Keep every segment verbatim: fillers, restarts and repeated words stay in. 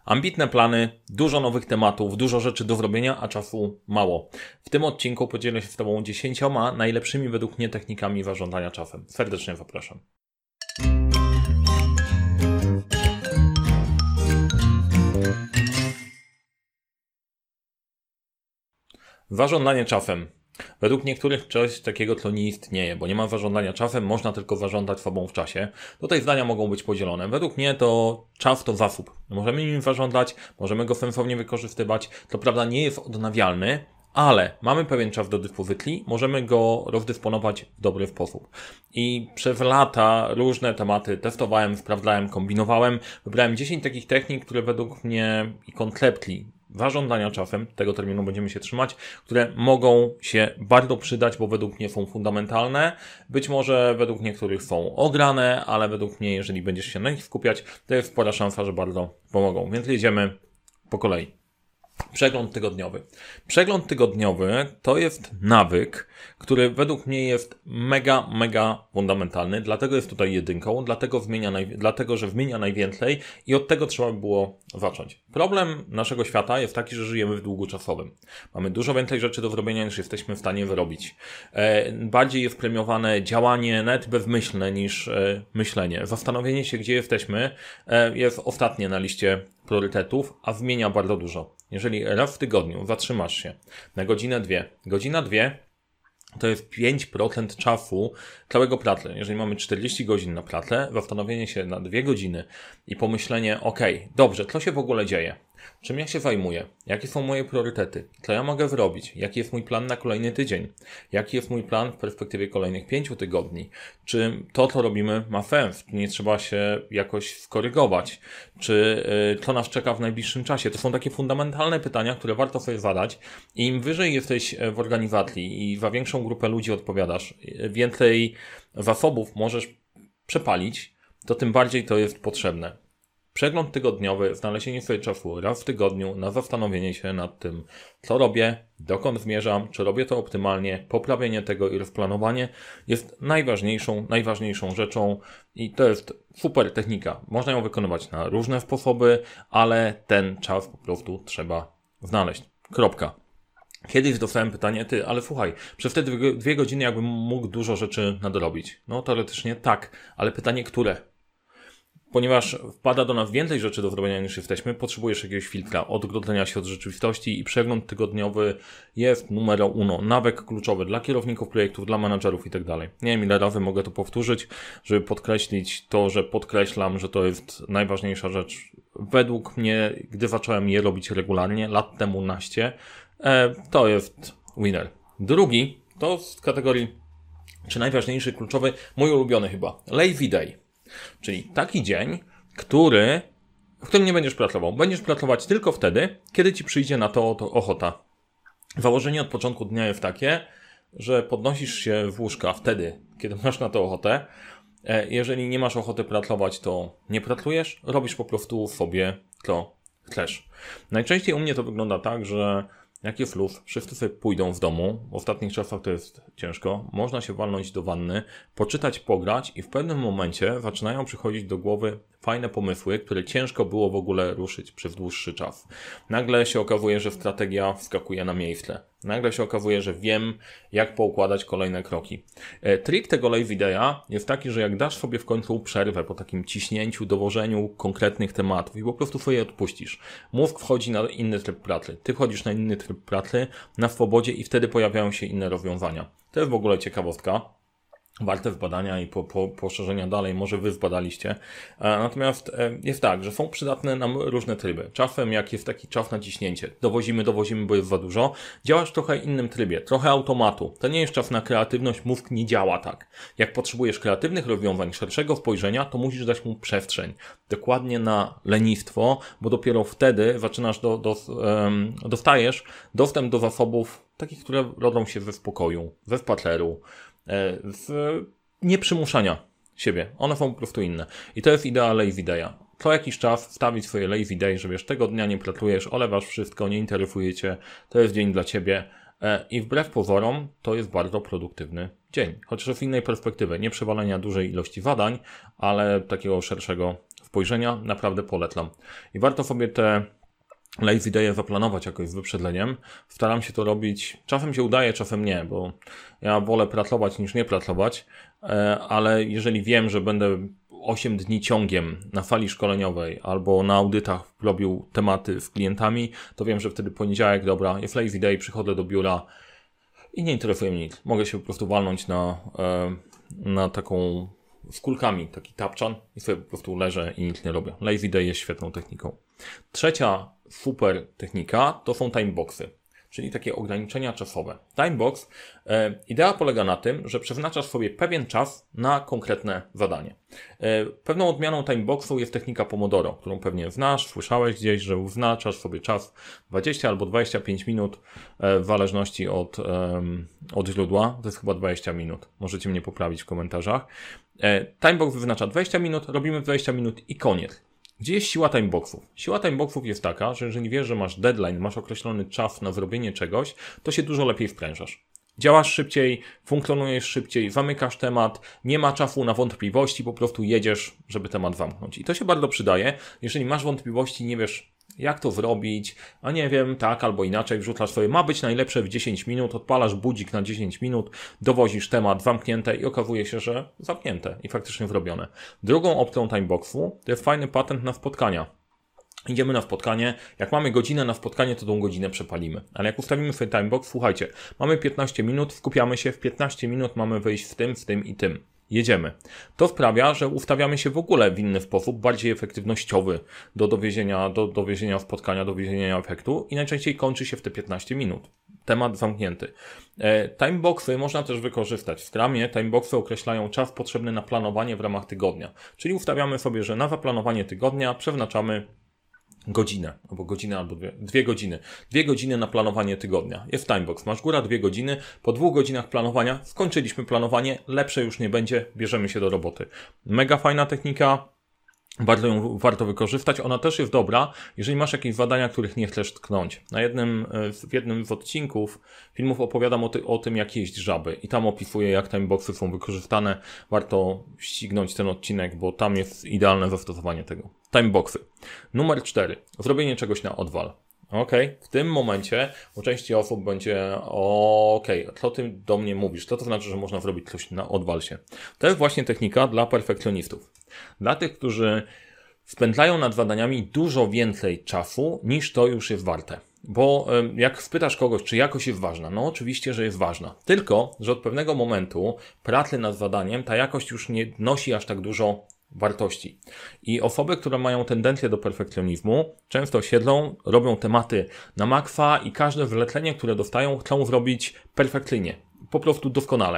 Ambitne plany, dużo nowych tematów, dużo rzeczy do zrobienia, a czasu mało. W tym odcinku podzielę się z Tobą dziesięcioma najlepszymi według mnie technikami zarządzania czasem. Serdecznie zapraszam. Zarządzanie czasem. Według niektórych coś takiego to nie istnieje, bo nie ma zarządzania czasem, można tylko zarządzać sobą w czasie. Tutaj zdania mogą być podzielone. Według mnie to czas to zasób. Możemy nim zarządzać, możemy go sensownie wykorzystywać. To prawda nie jest odnawialny, ale mamy pewien czas do dyspozycji, możemy go rozdysponować w dobry sposób. I przez lata różne tematy testowałem, sprawdzałem, kombinowałem. Wybrałem dziesięć takich technik, które według mnie i koncepcji zarządzania czasem, tego terminu będziemy się trzymać, które mogą się bardzo przydać, bo według mnie są fundamentalne. Być może według niektórych są ograne, ale według mnie, jeżeli będziesz się na nich skupiać, to jest spora szansa, że bardzo pomogą. Więc jedziemy po kolei. Przegląd tygodniowy. Przegląd tygodniowy to jest nawyk, który według mnie jest mega, mega fundamentalny, dlatego jest tutaj jedynką, dlatego, zmienia naj... dlatego że zmienia najwięcej i od tego trzeba by było zacząć. Problem naszego świata jest taki, że żyjemy w długoczasowym. Mamy dużo więcej rzeczy do zrobienia niż jesteśmy w stanie wyrobić. E, bardziej jest premiowane działanie nawet bezmyślne niż e, myślenie. Zastanowienie się, gdzie jesteśmy e, jest ostatnie na liście priorytetów, a zmienia bardzo dużo. Jeżeli raz w tygodniu zatrzymasz się na godzinę, dwie, godzina, dwie to jest pięć procent czasu całego pracy. Jeżeli mamy czterdzieści godzin na pracę, zastanowienie się na dwie godziny i pomyślenie, ok, dobrze, co się w ogóle dzieje? Czym ja się zajmuję? Jakie są moje priorytety? Co ja mogę zrobić? Jaki jest mój plan na kolejny tydzień? Jaki jest mój plan w perspektywie kolejnych pięciu tygodni? Czy to, co robimy, ma sens? Czy nie trzeba się jakoś skorygować? Czy yy, co nas czeka w najbliższym czasie? To są takie fundamentalne pytania, które warto sobie zadać. I im wyżej jesteś w organizacji i za większą grupę ludzi odpowiadasz, więcej zasobów możesz przepalić, to tym bardziej to jest potrzebne. Przegląd tygodniowy, znalezienie sobie czasu raz w tygodniu na zastanowienie się nad tym, co robię, dokąd zmierzam, czy robię to optymalnie, poprawienie tego i rozplanowanie jest najważniejszą, najważniejszą rzeczą i to jest super technika. Można ją wykonywać na różne sposoby, ale ten czas po prostu trzeba znaleźć. Kropka. Kiedyś dostałem pytanie, ty, ale słuchaj, przez te dwie, dwie godziny jakbym mógł dużo rzeczy nadrobić. No teoretycznie tak, ale pytanie, które? Ponieważ wpada do nas więcej rzeczy do zrobienia niż jesteśmy, potrzebujesz jakiegoś filtra, odgrodzenia się od rzeczywistości i przegląd tygodniowy jest numero uno. Nawyk kluczowy dla kierowników projektów, dla menadżerów i tak dalej. Nie wiem ile razy mogę to powtórzyć, żeby podkreślić to, że podkreślam, że to jest najważniejsza rzecz. Według mnie, gdy zacząłem je robić regularnie, lat temu naście, to jest winner. Drugi to z kategorii, czy najważniejszy, kluczowy, mój ulubiony chyba, lazy day. Czyli taki dzień, który, w którym nie będziesz pracował. Będziesz pracować tylko wtedy, kiedy ci przyjdzie na to, to ochota. Założenie od początku dnia jest takie, że podnosisz się w łóżka wtedy, kiedy masz na to ochotę. Jeżeli nie masz ochoty pracować, to nie pracujesz, robisz po prostu sobie co chcesz. Najczęściej u mnie to wygląda tak, że jak jest luz, wszyscy sobie pójdą w domu, w ostatnich czasach to jest ciężko, można się walnąć do wanny, poczytać, pograć i w pewnym momencie zaczynają przychodzić do głowy fajne pomysły, które ciężko było w ogóle ruszyć przez dłuższy czas. Nagle się okazuje, że strategia wskakuje na miejsce. Nagle się okazuje, że wiem, jak poukładać kolejne kroki. E, trik tego lazy day'a jest taki, że jak dasz sobie w końcu przerwę po takim ciśnięciu, dowożeniu konkretnych tematów i po prostu sobie odpuścisz. Mózg wchodzi na inny tryb pracy. Ty wchodzisz na inny tryb pracy, na swobodzie i wtedy pojawiają się inne rozwiązania. To jest w ogóle ciekawostka. Warte zbadania i po, po, poszerzenia dalej, może wy zbadaliście. E, natomiast e, jest tak, że są przydatne nam różne tryby. Czasem jak jest taki czas na ciśnięcie, dowozimy, dowozimy, bo jest za dużo, działasz w trochę innym trybie, trochę automatu. To nie jest czas na kreatywność, mózg nie działa tak. Jak potrzebujesz kreatywnych rozwiązań, szerszego spojrzenia, to musisz dać mu przestrzeń. Dokładnie na lenistwo, bo dopiero wtedy zaczynasz, do, do, um, dostajesz dostęp do zasobów takich, które rodzą się ze spokoju, ze spaceru, z nieprzymuszania siebie. One są po prostu inne. I to jest idea lazy day'a. Co jakiś czas wstawić swoje lazy day, że wiesz, tego dnia nie pracujesz, olewasz wszystko, nie interesuje cię, to jest dzień dla ciebie i wbrew pozorom to jest bardzo produktywny dzień. Chociaż w innej perspektywie, nie przewalenia dużej ilości zadań, ale takiego szerszego spojrzenia naprawdę polecam. I warto sobie te lazy day'e zaplanować jakoś z wyprzedzeniem. Staram się to robić, czasem się udaje, czasem nie, bo ja wolę pracować niż nie pracować, ale jeżeli wiem, że będę osiem dni ciągiem na fali szkoleniowej albo na audytach robił tematy z klientami, to wiem, że wtedy poniedziałek, dobra, jest lazy day, przychodzę do biura i nie interesuje mnie nic. Mogę się po prostu walnąć na, na taką z kulkami, taki tapczan i sobie po prostu leżę i nic nie robię. Lazy day jest świetną techniką. Trzecia super technika to są timeboxy, czyli takie ograniczenia czasowe. Timebox, e, idea polega na tym, że przeznaczasz sobie pewien czas na konkretne zadanie. E, pewną odmianą timeboxu jest technika Pomodoro, którą pewnie znasz, słyszałeś gdzieś, że wyznaczasz sobie czas dwadzieścia albo dwadzieścia pięć minut, e, w zależności od, e, od źródła. To jest chyba dwadzieścia minut. Możecie mnie poprawić w komentarzach. E, timebox wyznacza dwadzieścia minut, robimy dwadzieścia minut i koniec. Gdzie jest siła timeboxów? Siła timeboxów jest taka, że jeżeli wiesz, że masz deadline, masz określony czas na zrobienie czegoś, to się dużo lepiej wprężasz. Działasz szybciej, funkcjonujesz szybciej, zamykasz temat, nie ma czasu na wątpliwości, po prostu jedziesz, żeby temat zamknąć. I to się bardzo przydaje. Jeżeli masz wątpliwości, nie wiesz, jak to zrobić, a nie wiem, tak albo inaczej, wrzucasz sobie, ma być najlepsze w dziesięć minut, odpalasz budzik na dziesięć minut, dowozisz temat zamknięte i okazuje się, że zamknięte i faktycznie zrobione. Drugą opcją timeboxu to jest fajny patent na spotkania. Idziemy na spotkanie, jak mamy godzinę na spotkanie, to tą godzinę przepalimy. Ale jak ustawimy sobie timebox, słuchajcie, mamy piętnaście minut, skupiamy się, w piętnaście minut mamy wyjść w tym, w tym i tym. Jedziemy. To sprawia, że ustawiamy się w ogóle w inny sposób, bardziej efektywnościowy do dowiezienia, do dowiezienia spotkania, dowiezienia efektu i najczęściej kończy się w te piętnaście minut. Temat zamknięty. E, timeboxy można też wykorzystać. W Scrumie timeboxy określają czas potrzebny na planowanie w ramach tygodnia. Czyli ustawiamy sobie, że na zaplanowanie tygodnia przeznaczamy godzinę, albo godzinę, albo dwie, dwie godziny. Dwie godziny na planowanie tygodnia. Jest timebox. Masz góra dwie godziny. Po dwóch godzinach planowania skończyliśmy planowanie. Lepsze już nie będzie. Bierzemy się do roboty. Mega fajna technika. Bardzo ją warto wykorzystać. Ona też jest dobra, jeżeli masz jakieś zadania, których nie chcesz tknąć. Na jednym, w jednym z odcinków filmów opowiadam o, ty, o tym, jak jeść żaby i tam opisuję, jak timeboxy są wykorzystane. Warto ścignąć ten odcinek, bo tam jest idealne zastosowanie tego. Timeboxy. Numer cztery. Zrobienie czegoś na odwal. Okej, okay. W tym momencie u części osób będzie okej, okay, co ty do mnie mówisz? Co to znaczy, że można zrobić coś na odwal się? To jest właśnie technika dla perfekcjonistów. Dla tych, którzy spędzają nad zadaniami dużo więcej czasu niż to już jest warte. Bo jak spytasz kogoś, czy jakość jest ważna? No oczywiście, że jest ważna. Tylko, że od pewnego momentu pracy nad zadaniem ta jakość już nie nosi aż tak dużo wartości. I osoby, które mają tendencję do perfekcjonizmu, często siedzą, robią tematy na maksa i każde zlecenie, które dostają, chcą zrobić perfekcyjnie. Po prostu doskonale.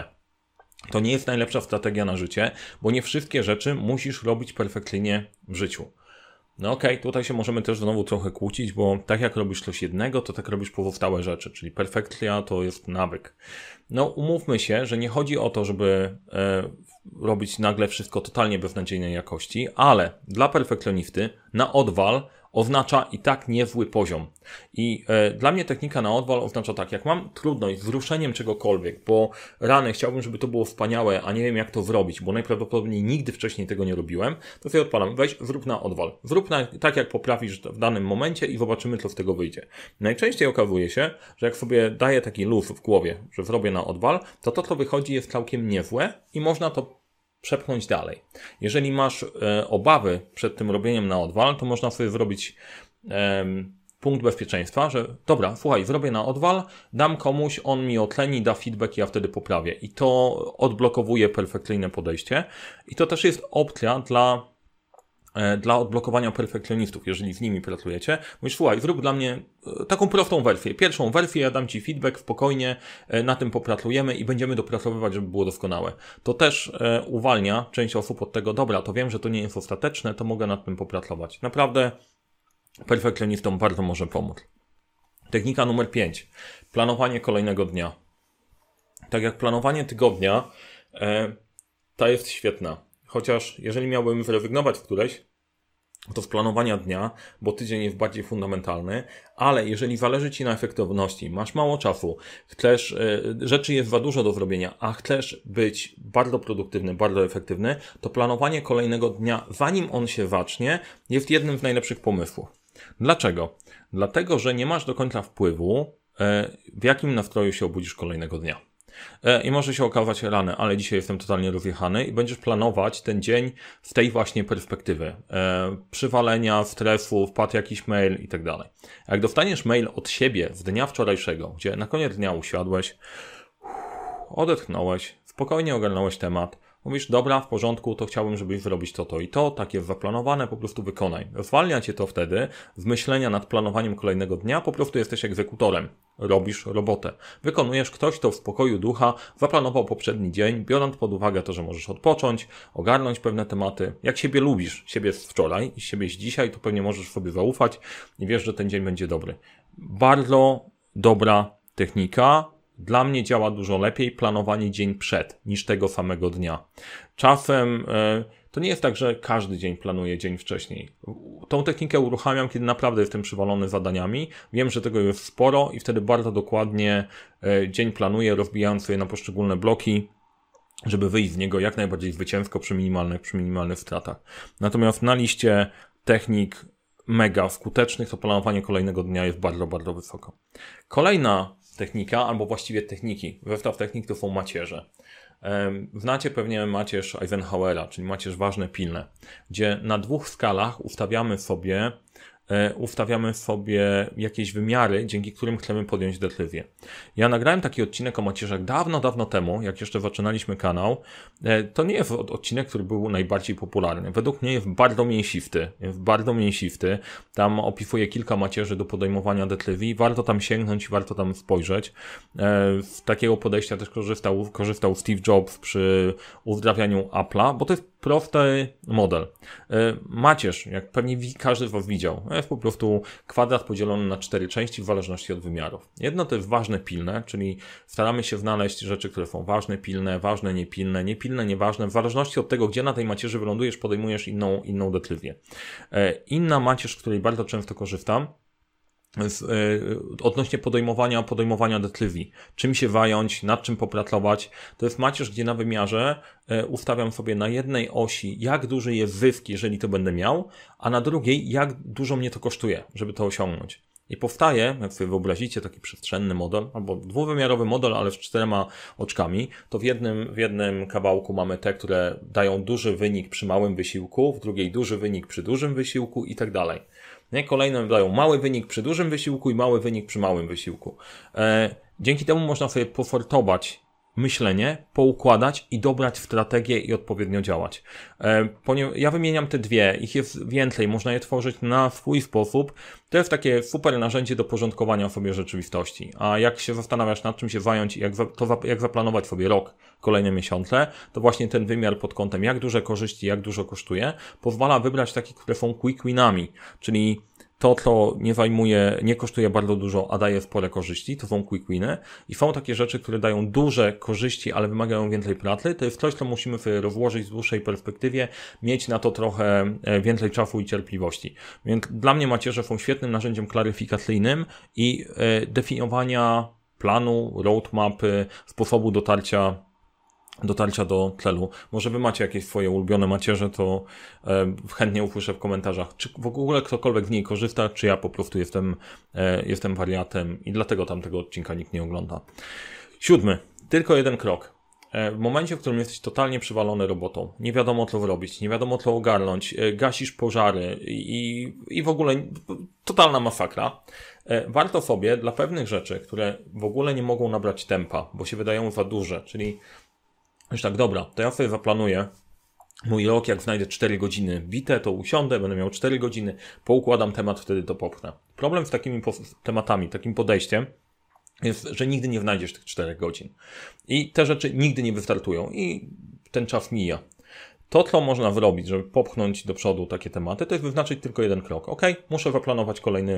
To nie jest najlepsza strategia na życie, bo nie wszystkie rzeczy musisz robić perfekcyjnie w życiu. No okej, okay, tutaj się możemy też znowu trochę kłócić, bo tak jak robisz coś jednego, to tak robisz pozostałe rzeczy, czyli perfekcja to jest nawyk. No umówmy się, że nie chodzi o to, żeby e, robić nagle wszystko totalnie beznadziejnej jakości, ale dla perfekcjonisty na odwal oznacza i tak niezły poziom. I e, dla mnie technika na odwal oznacza tak, jak mam trudność z ruszeniem czegokolwiek, bo rany chciałbym, żeby to było wspaniałe, a nie wiem jak to zrobić, bo najprawdopodobniej nigdy wcześniej tego nie robiłem, to sobie odpalam, weź, zrób na odwal. Zrób na, tak, jak poprawisz w danym momencie i zobaczymy, co z tego wyjdzie. Najczęściej okazuje się, że jak sobie daję taki luz w głowie, że zrobię na odwal, to to, co wychodzi, jest całkiem niezłe i można to przepchnąć dalej. Jeżeli masz e, obawy przed tym robieniem na odwal, to można sobie zrobić e, punkt bezpieczeństwa, że dobra, słuchaj, zrobię na odwal, dam komuś, on mi oceni, da feedback i ja wtedy poprawię. I to odblokowuje perfekcyjne podejście. I to też jest opcja dla dla odblokowania perfekcjonistów, jeżeli z nimi pracujecie. Mówisz, słuchaj, zrób dla mnie taką prostą wersję. Pierwszą wersję, ja dam Ci feedback, spokojnie na tym popracujemy i będziemy dopracowywać, żeby było doskonałe. To też uwalnia część osób od tego, dobra, to wiem, że to nie jest ostateczne, to mogę nad tym popracować. Naprawdę perfekcjonistom bardzo może pomóc. Technika numer pięć. Planowanie kolejnego dnia. Tak jak planowanie tygodnia, ta jest świetna. Chociaż jeżeli miałbym zrezygnować z którejś, to z planowania dnia, bo tydzień jest bardziej fundamentalny, ale jeżeli zależy Ci na efektywności, masz mało czasu, chcesz, y, rzeczy jest za dużo do zrobienia, a chcesz być bardzo produktywny, bardzo efektywny, to planowanie kolejnego dnia, zanim on się zacznie, jest jednym z najlepszych pomysłów. Dlaczego? Dlatego, że nie masz do końca wpływu, y, w jakim nastroju się obudzisz kolejnego dnia. I może się okazać rany, ale dzisiaj jestem totalnie rozjechany i będziesz planować ten dzień z tej właśnie perspektywy. E, przywalenia, stresu, wpadł jakiś mail i tak dalej. Jak dostaniesz mail od siebie z dnia wczorajszego, gdzie na koniec dnia usiadłeś, odetchnąłeś, spokojnie ogarnąłeś temat, mówisz, dobra, w porządku, to chciałbym, żebyś zrobić to, to i to, tak jest zaplanowane, po prostu wykonaj. Zwalnia Cię to wtedy z myślenia nad planowaniem kolejnego dnia, po prostu jesteś egzekutorem. Robisz robotę. Wykonujesz, ktoś, kto w spokoju ducha zaplanował poprzedni dzień, biorąc pod uwagę to, że możesz odpocząć, ogarnąć pewne tematy. Jak siebie lubisz, siebie z wczoraj i siebie z dzisiaj, to pewnie możesz sobie zaufać i wiesz, że ten dzień będzie dobry. Bardzo dobra technika. Dla mnie działa dużo lepiej planowanie dzień przed niż tego samego dnia. Czasem e, to nie jest tak, że każdy dzień planuję dzień wcześniej. Tą technikę uruchamiam, kiedy naprawdę jestem przywalony zadaniami. Wiem, że tego jest sporo i wtedy bardzo dokładnie e, dzień planuję, rozbijając sobie na poszczególne bloki, żeby wyjść z niego jak najbardziej zwycięsko przy minimalnych, przy minimalnych stratach. Natomiast na liście technik mega skutecznych to planowanie kolejnego dnia jest bardzo, bardzo wysoko. Kolejna technika, albo właściwie techniki. Zestaw technik to są macierze. Znacie pewnie macierz Eisenhowera, czyli macierz ważne, pilne, gdzie na dwóch skalach ustawiamy sobie ustawiamy sobie jakieś wymiary, dzięki którym chcemy podjąć decyzję. Ja nagrałem taki odcinek o macierzach dawno, dawno temu, jak jeszcze zaczynaliśmy kanał. To nie jest odcinek, który był najbardziej popularny. Według mnie jest bardzo mięsisty. Jest bardzo mięsisty. Tam opisuję kilka macierzy do podejmowania decyzji. Warto tam sięgnąć i warto tam spojrzeć. Z takiego podejścia też korzystał, korzystał Steve Jobs przy uzdrawianiu Apple'a, bo to jest prosty model. Macierz, jak pewnie każdy z Was widział, jest po prostu kwadrat podzielony na cztery części w zależności od wymiarów. Jedno to jest ważne, pilne, czyli staramy się znaleźć rzeczy, które są ważne, pilne, ważne, niepilne, niepilne, nieważne. W zależności od tego, gdzie na tej macierzy wylądujesz, podejmujesz inną, inną decyzję. Inna macierz, z której bardzo często korzystam, Z, y, odnośnie podejmowania, podejmowania decyzji. Czym się zająć, nad czym popracować. To jest macierz, gdzie na wymiarze y, ustawiam sobie na jednej osi, jak duży jest zysk, jeżeli to będę miał, a na drugiej, jak dużo mnie to kosztuje, żeby to osiągnąć. I powstaje, jak sobie wyobrazicie, taki przestrzenny model, albo dwuwymiarowy model, ale z czterema oczkami, to w jednym, w jednym kawałku mamy te, które dają duży wynik przy małym wysiłku, w drugiej duży wynik przy dużym wysiłku i tak dalej. Nie? Kolejne dają mały wynik przy dużym wysiłku i mały wynik przy małym wysiłku. E, dzięki temu można sobie posortować myślenie, poukładać i dobrać strategię i odpowiednio działać. E, ponieważ ja wymieniam te dwie, ich jest więcej, można je tworzyć na swój sposób. To jest takie super narzędzie do porządkowania sobie rzeczywistości. A jak się zastanawiasz, nad czym się zająć i jak, za, to, jak zaplanować sobie rok, kolejne miesiące, to właśnie ten wymiar pod kątem jak duże korzyści, jak dużo kosztuje, pozwala wybrać takie, które są quick winami, czyli to, co nie zajmuje, nie kosztuje bardzo dużo, a daje spore korzyści, to są quick winy. I są takie rzeczy, które dają duże korzyści, ale wymagają więcej pracy. To jest coś, co musimy sobie rozłożyć w dłuższej perspektywie, mieć na to trochę więcej czasu i cierpliwości. Więc dla mnie macierze są świetnym narzędziem klaryfikacyjnym i definiowania planu, roadmapy, sposobu dotarcia dotarcia do celu. Może wy macie jakieś swoje ulubione macierze, to e, chętnie usłyszę w komentarzach, czy w ogóle ktokolwiek z niej korzysta, czy ja po prostu jestem, e, jestem wariatem i dlatego tamtego odcinka nikt nie ogląda. Siódmy. Tylko jeden krok. E, w momencie, w którym jesteś totalnie przywalony robotą, nie wiadomo co zrobić, nie wiadomo co ogarnąć, e, gasisz pożary i, i w ogóle totalna masakra, e, warto sobie dla pewnych rzeczy, które w ogóle nie mogą nabrać tempa, bo się wydają za duże, czyli już tak, dobra, to ja sobie zaplanuję mój rok, jak znajdę cztery godziny bite, to usiądę, będę miał cztery godziny, poukładam temat, wtedy to popchnę. Problem z takimi tematami, takim podejściem jest, że nigdy nie znajdziesz tych czterech godzin. I te rzeczy nigdy nie wystartują i ten czas mija. To, co można zrobić, żeby popchnąć do przodu takie tematy, to jest wyznaczyć tylko jeden krok. Ok, muszę zaplanować kolejny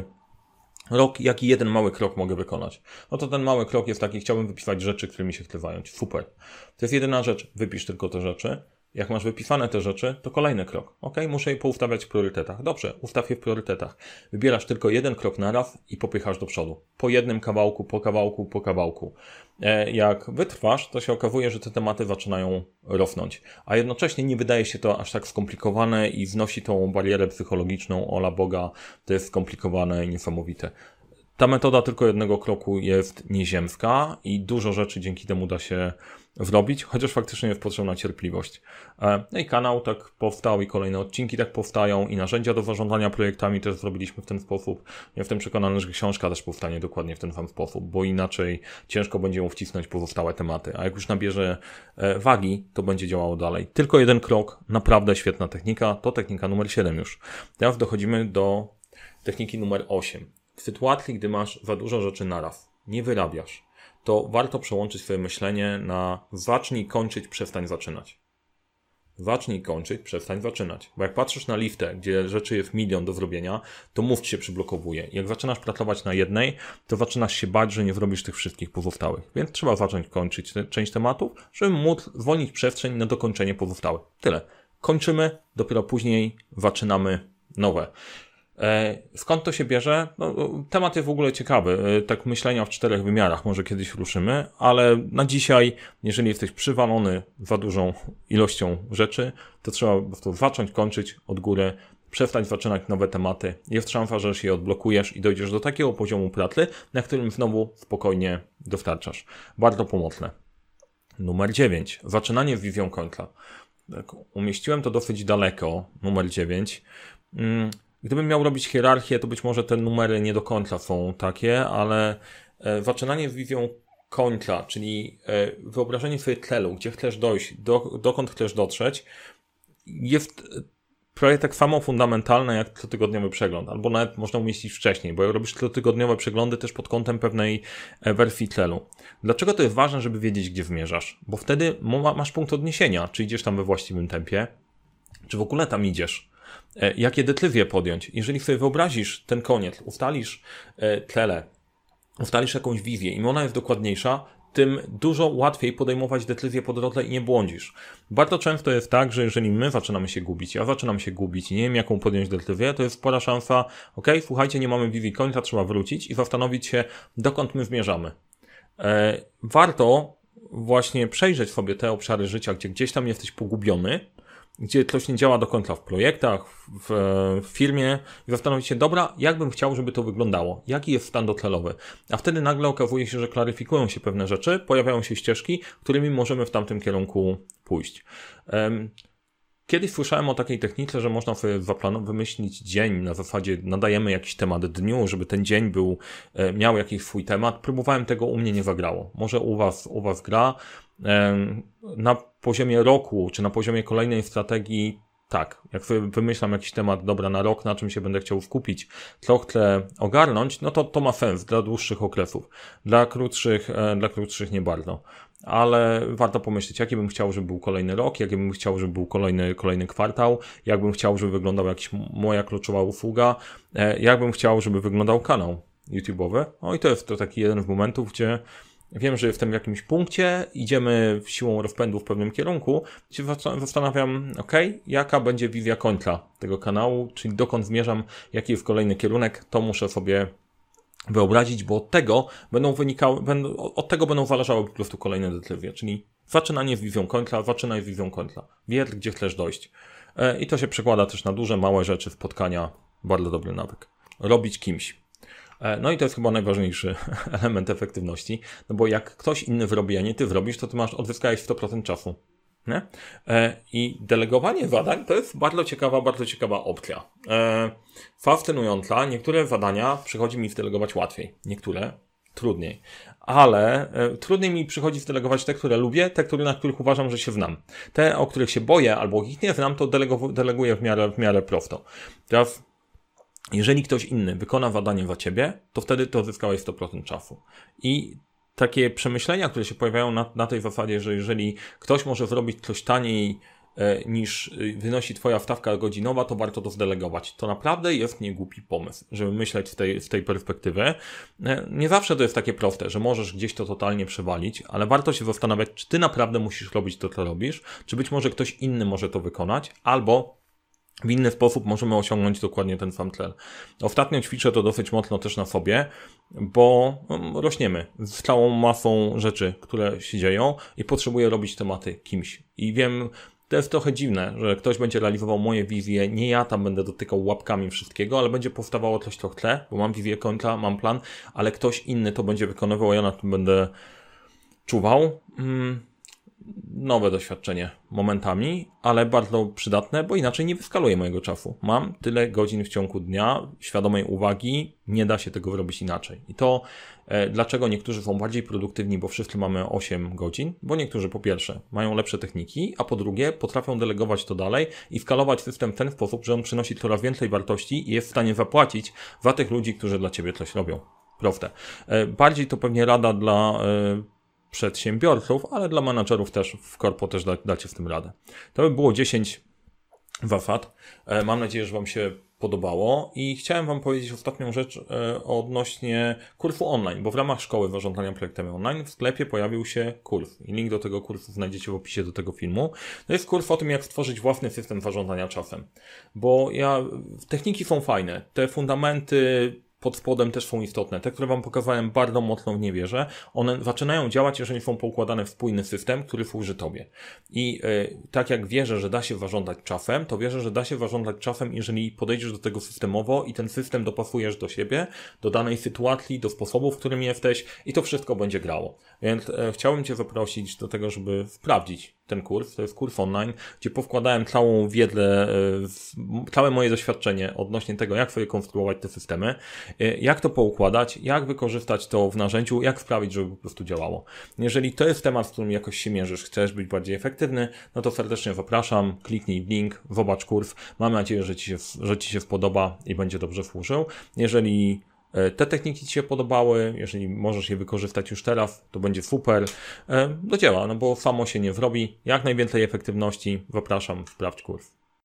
rok, jaki jeden mały krok mogę wykonać. No to ten mały krok jest taki, chciałbym wypisać rzeczy, które mi się chce zająć. Super. To jest jedyna rzecz, wypisz tylko te rzeczy. Jak masz wypisane te rzeczy, to kolejny krok. Ok, muszę je poustawiać w priorytetach. Dobrze, ustaw je w priorytetach. Wybierasz tylko jeden krok na raz i popychasz do przodu. Po jednym kawałku, po kawałku, po kawałku. Jak wytrwasz, to się okazuje, że te tematy zaczynają rosnąć. A jednocześnie nie wydaje się to aż tak skomplikowane i znosi tą barierę psychologiczną, ola Boga, to jest skomplikowane i niesamowite. Ta metoda tylko jednego kroku jest nieziemska i dużo rzeczy dzięki temu da się zrobić, chociaż faktycznie jest potrzebna cierpliwość. No i kanał tak powstał i kolejne odcinki tak powstają i narzędzia do zarządzania projektami też zrobiliśmy w ten sposób. Ja jestem przekonany, że książka też powstanie dokładnie w ten sam sposób, bo inaczej ciężko będzie ją wcisnąć pozostałe tematy, a jak już nabierze wagi, to będzie działało dalej. Tylko jeden krok, naprawdę świetna technika, to technika numer siedem już. Teraz dochodzimy do techniki numer osiem. W sytuacji, gdy masz za dużo rzeczy naraz, nie wyrabiasz, to warto przełączyć swoje myślenie na zacznij kończyć, przestań zaczynać. Zacznij kończyć, przestań zaczynać. Bo jak patrzysz na listę, gdzie rzeczy jest milion do zrobienia, to mózg się przyblokowuje. Jak zaczynasz pracować na jednej, to zaczynasz się bać, że nie zrobisz tych wszystkich pozostałych. Więc trzeba zacząć kończyć te, część tematów, żeby móc zwolnić przestrzeń na dokończenie pozostałych. Tyle. Kończymy, dopiero później zaczynamy nowe. Skąd to się bierze? No, temat jest w ogóle ciekawy. Tak myślenia w czterech wymiarach może kiedyś ruszymy, ale na dzisiaj, jeżeli jesteś przywalony za dużą ilością rzeczy, to trzeba po prostu zacząć kończyć od góry, przestać zaczynać nowe tematy. Jest szansa, że się odblokujesz i dojdziesz do takiego poziomu pracy, na którym znowu spokojnie dostarczasz. Bardzo pomocne. Numer dziewięć. Zaczynanie z wizją końca. Tak, umieściłem to dosyć daleko. Numer dziewięć. Hmm. Gdybym miał robić hierarchię, to być może te numery nie do końca są takie, ale zaczynanie z wizją końca, czyli wyobrażenie sobie celu, gdzie chcesz dojść, do, dokąd chcesz dotrzeć, jest prawie tak samo fundamentalne jak cotygodniowy przegląd, albo nawet można umieścić wcześniej, bo robisz cotygodniowe przeglądy też pod kątem pewnej wersji celu. Dlaczego to jest ważne, żeby wiedzieć, gdzie zmierzasz? Bo wtedy masz punkt odniesienia, czy idziesz tam we właściwym tempie, czy w ogóle tam idziesz. Jakie decyzje podjąć? Jeżeli sobie wyobrazisz ten koniec, ustalisz cele, ustalisz jakąś wizję, im ona jest dokładniejsza, tym dużo łatwiej podejmować decyzje po drodze i nie błądzisz. Bardzo często jest tak, że jeżeli my zaczynamy się gubić, ja zaczynam się gubić i nie wiem, jaką podjąć decyzję, to jest spora szansa, ok, słuchajcie, nie mamy wizji końca, trzeba wrócić i zastanowić się, dokąd my zmierzamy. E, warto właśnie przejrzeć sobie te obszary życia, gdzie gdzieś tam jesteś pogubiony, gdzie coś nie działa do końca w projektach, w, w firmie i zastanowić się, dobra, jak bym chciał, żeby to wyglądało, jaki jest stan docelowy. A wtedy nagle okazuje się, że klaryfikują się pewne rzeczy, pojawiają się ścieżki, którymi możemy w tamtym kierunku pójść. Um, Kiedyś słyszałem o takiej technice, że można sobie wymyślić dzień, na zasadzie nadajemy jakiś temat dniu, żeby ten dzień był, miał jakiś swój temat. Próbowałem tego, u mnie nie zagrało. Może u was, u was gra. Na poziomie roku, czy na poziomie kolejnej strategii, tak. Jak sobie wymyślam jakiś temat, dobra, na rok, na czym się będę chciał skupić, co chcę ogarnąć, no to to ma sens dla dłuższych okresów. Dla krótszych, dla krótszych nie bardzo. Ale warto pomyśleć, jaki bym chciał, żeby był kolejny rok, jaki bym chciał, żeby był kolejny, kolejny kwartał, jak bym chciał, żeby wyglądała jakaś moja kluczowa usługa, jak bym chciał, żeby wyglądał kanał YouTube'owy. No i to jest to taki jeden z momentów, gdzie wiem, że jestem w jakimś punkcie, idziemy siłą rozpędu w pewnym kierunku, się zastanawiam, ok, jaka będzie wizja końca tego kanału, czyli dokąd zmierzam, jaki jest kolejny kierunek, to muszę sobie wyobrazić, bo od tego będą wynikały, będą, od tego będą zależały po prostu kolejne decyzje, czyli zaczynanie z wizją końca, zaczynaj z wizją końca, wiedz, gdzie chcesz dojść. I to się przekłada też na duże, małe rzeczy, spotkania, bardzo dobry nawyk. Robić kimś. No i to jest chyba najważniejszy element efektywności, no bo jak ktoś inny wyrobi, a nie ty wyrobisz, to ty masz, odzyskałeś sto procent czasu. Nie? I delegowanie zadań to jest bardzo ciekawa, bardzo ciekawa opcja. Fascynująca. Niektóre zadania przychodzi mi zdelegować łatwiej, niektóre trudniej. Ale trudniej mi przychodzi zdelegować te, które lubię, te, które, na których uważam, że się znam. Te, o których się boję albo ich nie znam, to delego, deleguję w miarę, w miarę prosto. Teraz jeżeli ktoś inny wykona zadanie za ciebie, to wtedy to odzyskałeś sto procent czasu. I takie przemyślenia, które się pojawiają na, na tej zasadzie, że jeżeli ktoś może zrobić coś taniej niż wynosi twoja stawka godzinowa, to warto to zdelegować. To naprawdę jest niegłupi pomysł, żeby myśleć z tej, z tej perspektywy. Nie zawsze to jest takie proste, że możesz gdzieś to totalnie przewalić, ale warto się zastanawiać, czy ty naprawdę musisz robić to, co robisz, czy być może ktoś inny może to wykonać, albo w inny sposób możemy osiągnąć dokładnie ten sam cel. Ostatnio ćwiczę to dosyć mocno też na sobie, bo rośniemy z całą masą rzeczy, które się dzieją i potrzebuję robić tematy kimś. I wiem, to jest trochę dziwne, że ktoś będzie realizował moje wizje, nie ja tam będę dotykał łapkami wszystkiego, ale będzie powstawało coś, co chcę, bo mam wizję końca, mam plan, ale ktoś inny to będzie wykonywał, a ja na tym będę czuwał. Hmm. Nowe doświadczenie momentami, ale bardzo przydatne, bo inaczej nie wyskaluję mojego czasu. Mam tyle godzin w ciągu dnia, świadomej uwagi, nie da się tego zrobić inaczej. I to e, dlaczego niektórzy są bardziej produktywni, bo wszyscy mamy osiem godzin, bo niektórzy po pierwsze mają lepsze techniki, a po drugie potrafią delegować to dalej i skalować system w ten sposób, że on przynosi coraz więcej wartości i jest w stanie zapłacić za tych ludzi, którzy dla ciebie coś robią. Proste. E, bardziej to pewnie rada dla e, przedsiębiorców, ale dla menadżerów też w korpo też da, dacie w tym radę. To by było dziesięć zasad. Mam nadzieję, że wam się podobało i chciałem wam powiedzieć ostatnią rzecz e, odnośnie kursu online, bo w ramach szkoły zarządzania projektami online w sklepie pojawił się kurs i link do tego kursu znajdziecie w opisie do tego filmu. To jest kurs o tym, jak stworzyć własny system zarządzania czasem, bo ja, techniki są fajne, te fundamenty pod spodem też są istotne. Te, które wam pokazałem, bardzo mocno w nie wierzę. One zaczynają działać, jeżeli są poukładane w spójny system, który służy tobie. I yy, tak jak wierzę, że da się zarządzać czasem, to wierzę, że da się zarządzać czasem, jeżeli podejdziesz do tego systemowo i ten system dopasujesz do siebie, do danej sytuacji, do sposobu, w którym jesteś i to wszystko będzie grało. Więc yy, chciałbym cię zaprosić do tego, żeby sprawdzić ten kurs. To jest kurs online, gdzie powkładałem całą wiedzę, yy, całe moje doświadczenie odnośnie tego, jak sobie konstruować te systemy, jak to poukładać, jak wykorzystać to w narzędziu, jak sprawić, żeby po prostu działało. Jeżeli to jest temat, z którym jakoś się mierzysz, chcesz być bardziej efektywny, no to serdecznie zapraszam, kliknij w link, zobacz kurs. Mam nadzieję, że ci się, że ci się spodoba i będzie dobrze służył. Jeżeli te techniki ci się podobały, jeżeli możesz je wykorzystać już teraz, to będzie super. Do dzieła, no bo samo się nie zrobi. Jak najwięcej efektywności, zapraszam, sprawdź kurs.